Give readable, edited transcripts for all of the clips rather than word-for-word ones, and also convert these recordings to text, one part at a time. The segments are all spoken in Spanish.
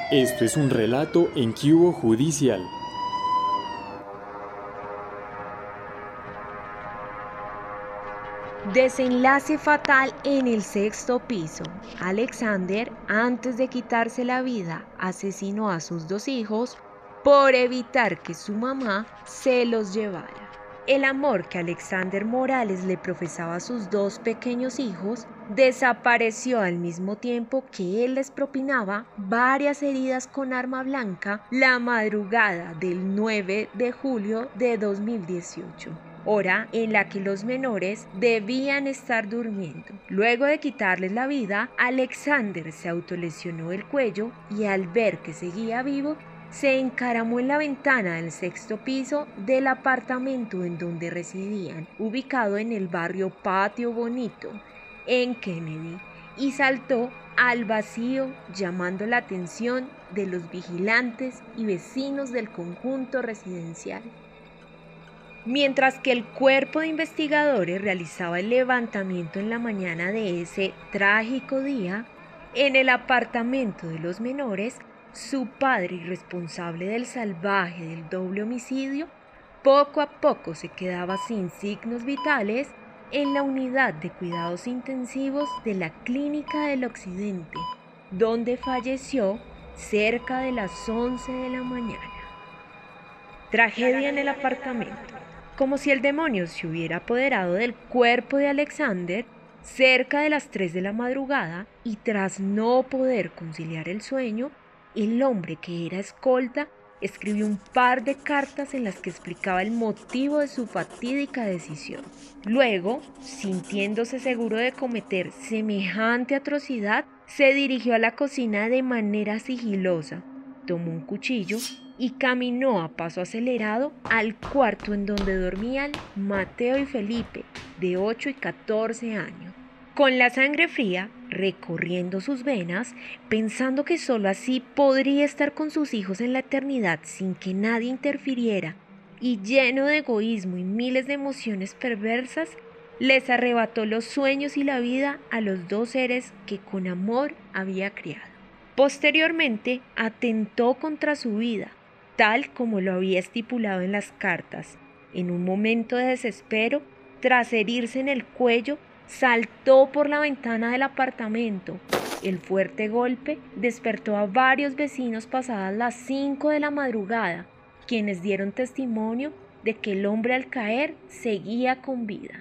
Esto es un relato en Cubo Judicial. Desenlace fatal en el sexto piso. Alexander, antes de quitarse la vida, asesinó a sus dos hijos por evitar que su mamá se los llevara. El amor que Alexander Morales le profesaba a sus dos pequeños hijos desapareció al mismo tiempo que él les propinaba varias heridas con arma blanca la madrugada del 9 de julio de 2018. Hora en la que los menores debían estar durmiendo. Luego de quitarles la vida, Alexander se autolesionó el cuello y al ver que seguía vivo, se encaramó en la ventana del sexto piso del apartamento en donde residían, ubicado en el barrio Patio Bonito, en Kennedy, y saltó al vacío, llamando la atención de los vigilantes y vecinos del conjunto residencial. Mientras que el cuerpo de investigadores realizaba el levantamiento en la mañana de ese trágico día, en el apartamento de los menores, su padre y responsable del salvaje del doble homicidio, poco a poco se quedaba sin signos vitales en la unidad de cuidados intensivos de la Clínica del Occidente, donde falleció cerca de las 11 de la mañana. Tragedia en el apartamento. Como si el demonio se hubiera apoderado del cuerpo de Alexander, cerca de las 3 de la madrugada, y tras no poder conciliar el sueño, el hombre que era escolta escribió un par de cartas en las que explicaba el motivo de su fatídica decisión. Luego, sintiéndose seguro de cometer semejante atrocidad, se dirigió a la cocina de manera sigilosa, tomó un cuchillo y caminó a paso acelerado al cuarto en donde dormían Mateo y Felipe, de 8 y 14 años. Con la sangre fría recorriendo sus venas, pensando que sólo así podría estar con sus hijos en la eternidad sin que nadie interfiriera, y lleno de egoísmo y miles de emociones perversas, les arrebató los sueños y la vida a los dos seres que con amor había criado. Posteriormente, atentó contra su vida, tal como lo había estipulado en las cartas. En un momento de desespero, tras herirse en el cuello, saltó por la ventana del apartamento. El fuerte golpe despertó a varios vecinos pasadas las 5 de la madrugada, quienes dieron testimonio de que el hombre al caer seguía con vida.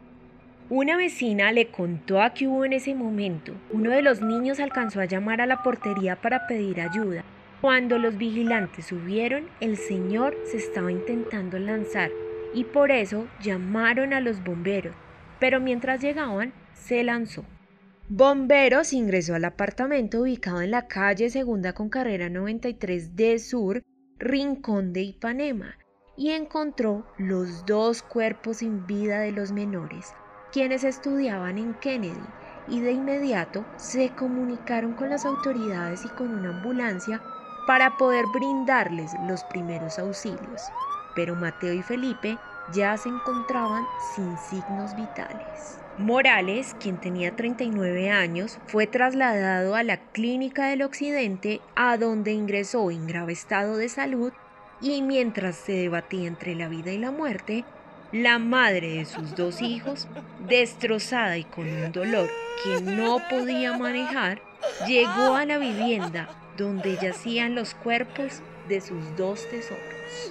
Una vecina le contó a qué hubo en ese momento. Uno de los niños alcanzó a llamar a la portería para pedir ayuda. Cuando los vigilantes subieron, el señor se estaba intentando lanzar y por eso llamaron a los bomberos, pero mientras llegaban, se lanzó. Bomberos ingresó al apartamento ubicado en la calle Segunda con carrera 93D Sur, Rincón de Ipanema, y encontró los dos cuerpos sin vida de los menores, quienes estudiaban en Kennedy, y de inmediato se comunicaron con las autoridades y con una ambulancia para poder brindarles los primeros auxilios. Pero Mateo y Felipe ya se encontraban sin signos vitales. Morales, quien tenía 39 años, fue trasladado a la Clínica del Occidente, a donde ingresó en grave estado de salud, y mientras se debatía entre la vida y la muerte, la madre de sus dos hijos, destrozada y con un dolor que no podía manejar, llegó a la vivienda donde yacían los cuerpos de sus dos tesoros.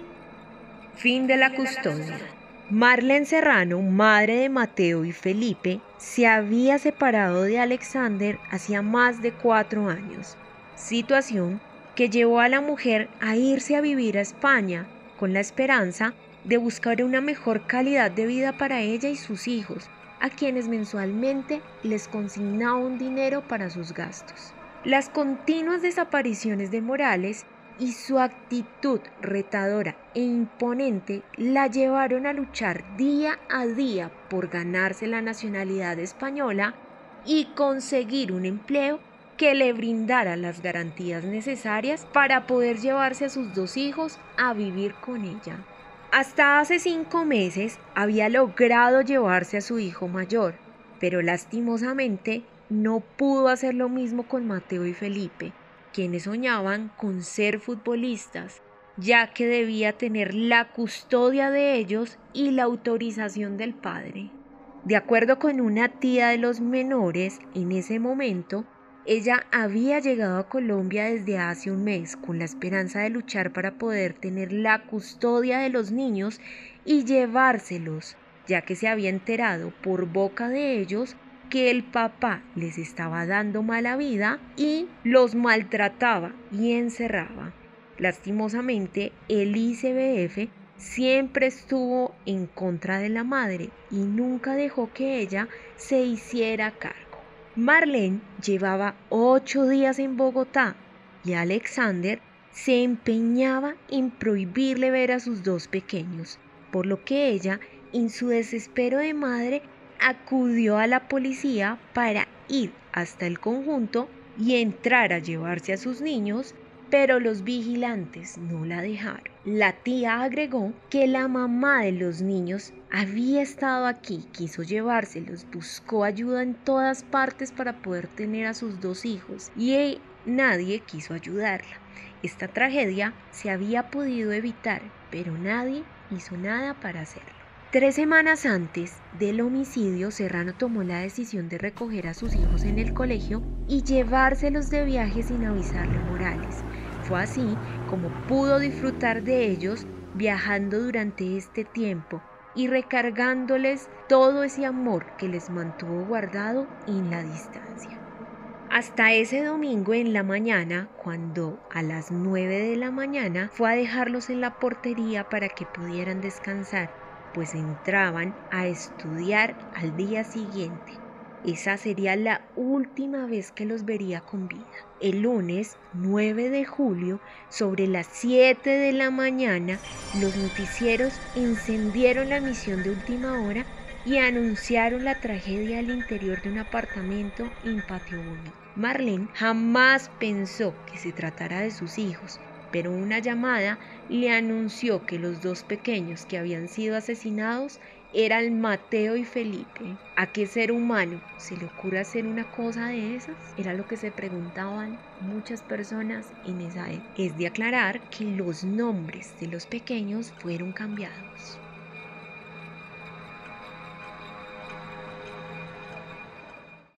Fin de la custodia. Marlene Serrano, madre de Mateo y Felipe, se había separado de Alexander hacía más de 4 años, situación que llevó a la mujer a irse a vivir a España con la esperanza de buscar una mejor calidad de vida para ella y sus hijos, a quienes mensualmente les consignaba un dinero para sus gastos. Las continuas desapariciones de Morales y su actitud retadora e imponente la llevaron a luchar día a día por ganarse la nacionalidad española y conseguir un empleo que le brindara las garantías necesarias para poder llevarse a sus dos hijos a vivir con ella. Hasta hace 5 meses había logrado llevarse a su hijo mayor, pero lastimosamente no pudo hacer lo mismo con Mateo y Felipe, quienes soñaban con ser futbolistas, ya que debía tener la custodia de ellos y la autorización del padre. De acuerdo con una tía de los menores, en ese momento, ella había llegado a Colombia desde hace un mes con la esperanza de luchar para poder tener la custodia de los niños y llevárselos, ya que se había enterado por boca de ellos que el papá les estaba dando mala vida y los maltrataba y encerraba. Lastimosamente, el ICBF siempre estuvo en contra de la madre y nunca dejó que ella se hiciera cargo. Marlene llevaba 8 días en Bogotá y Alexander se empeñaba en prohibirle ver a sus 2 pequeños, por lo que ella, en su desespero de madre, acudió a la policía para ir hasta el conjunto y entrar a llevarse a sus niños, pero los vigilantes no la dejaron. La tía agregó que la mamá de los niños había estado aquí, quiso llevárselos, buscó ayuda en todas partes para poder tener a sus 2 hijos y nadie quiso ayudarla. Esta tragedia se había podido evitar, pero nadie hizo nada para hacerlo. 3 semanas antes del homicidio, Serrano tomó la decisión de recoger a sus hijos en el colegio y llevárselos de viaje sin avisarle a Morales. Fue así como pudo disfrutar de ellos viajando durante este tiempo y recargándoles todo ese amor que les mantuvo guardado en la distancia. Hasta ese domingo en la mañana, cuando a las 9 de la mañana fue a dejarlos en la portería para que pudieran descansar, pues entraban a estudiar al día siguiente. Esa sería la última vez que los vería con vida. El lunes 9 de julio, sobre las 7 de la mañana, los noticieros encendieron la emisión de última hora y anunciaron la tragedia al interior de un apartamento en Patio Bonito. Marlene jamás pensó que se tratara de sus hijos, pero una llamada le anunció que los 2 pequeños que habían sido asesinados eran Mateo y Felipe. ¿A qué ser humano se le ocurre hacer una cosa de esas? Era lo que se preguntaban muchas personas en esa época. Es de aclarar que los nombres de los pequeños fueron cambiados.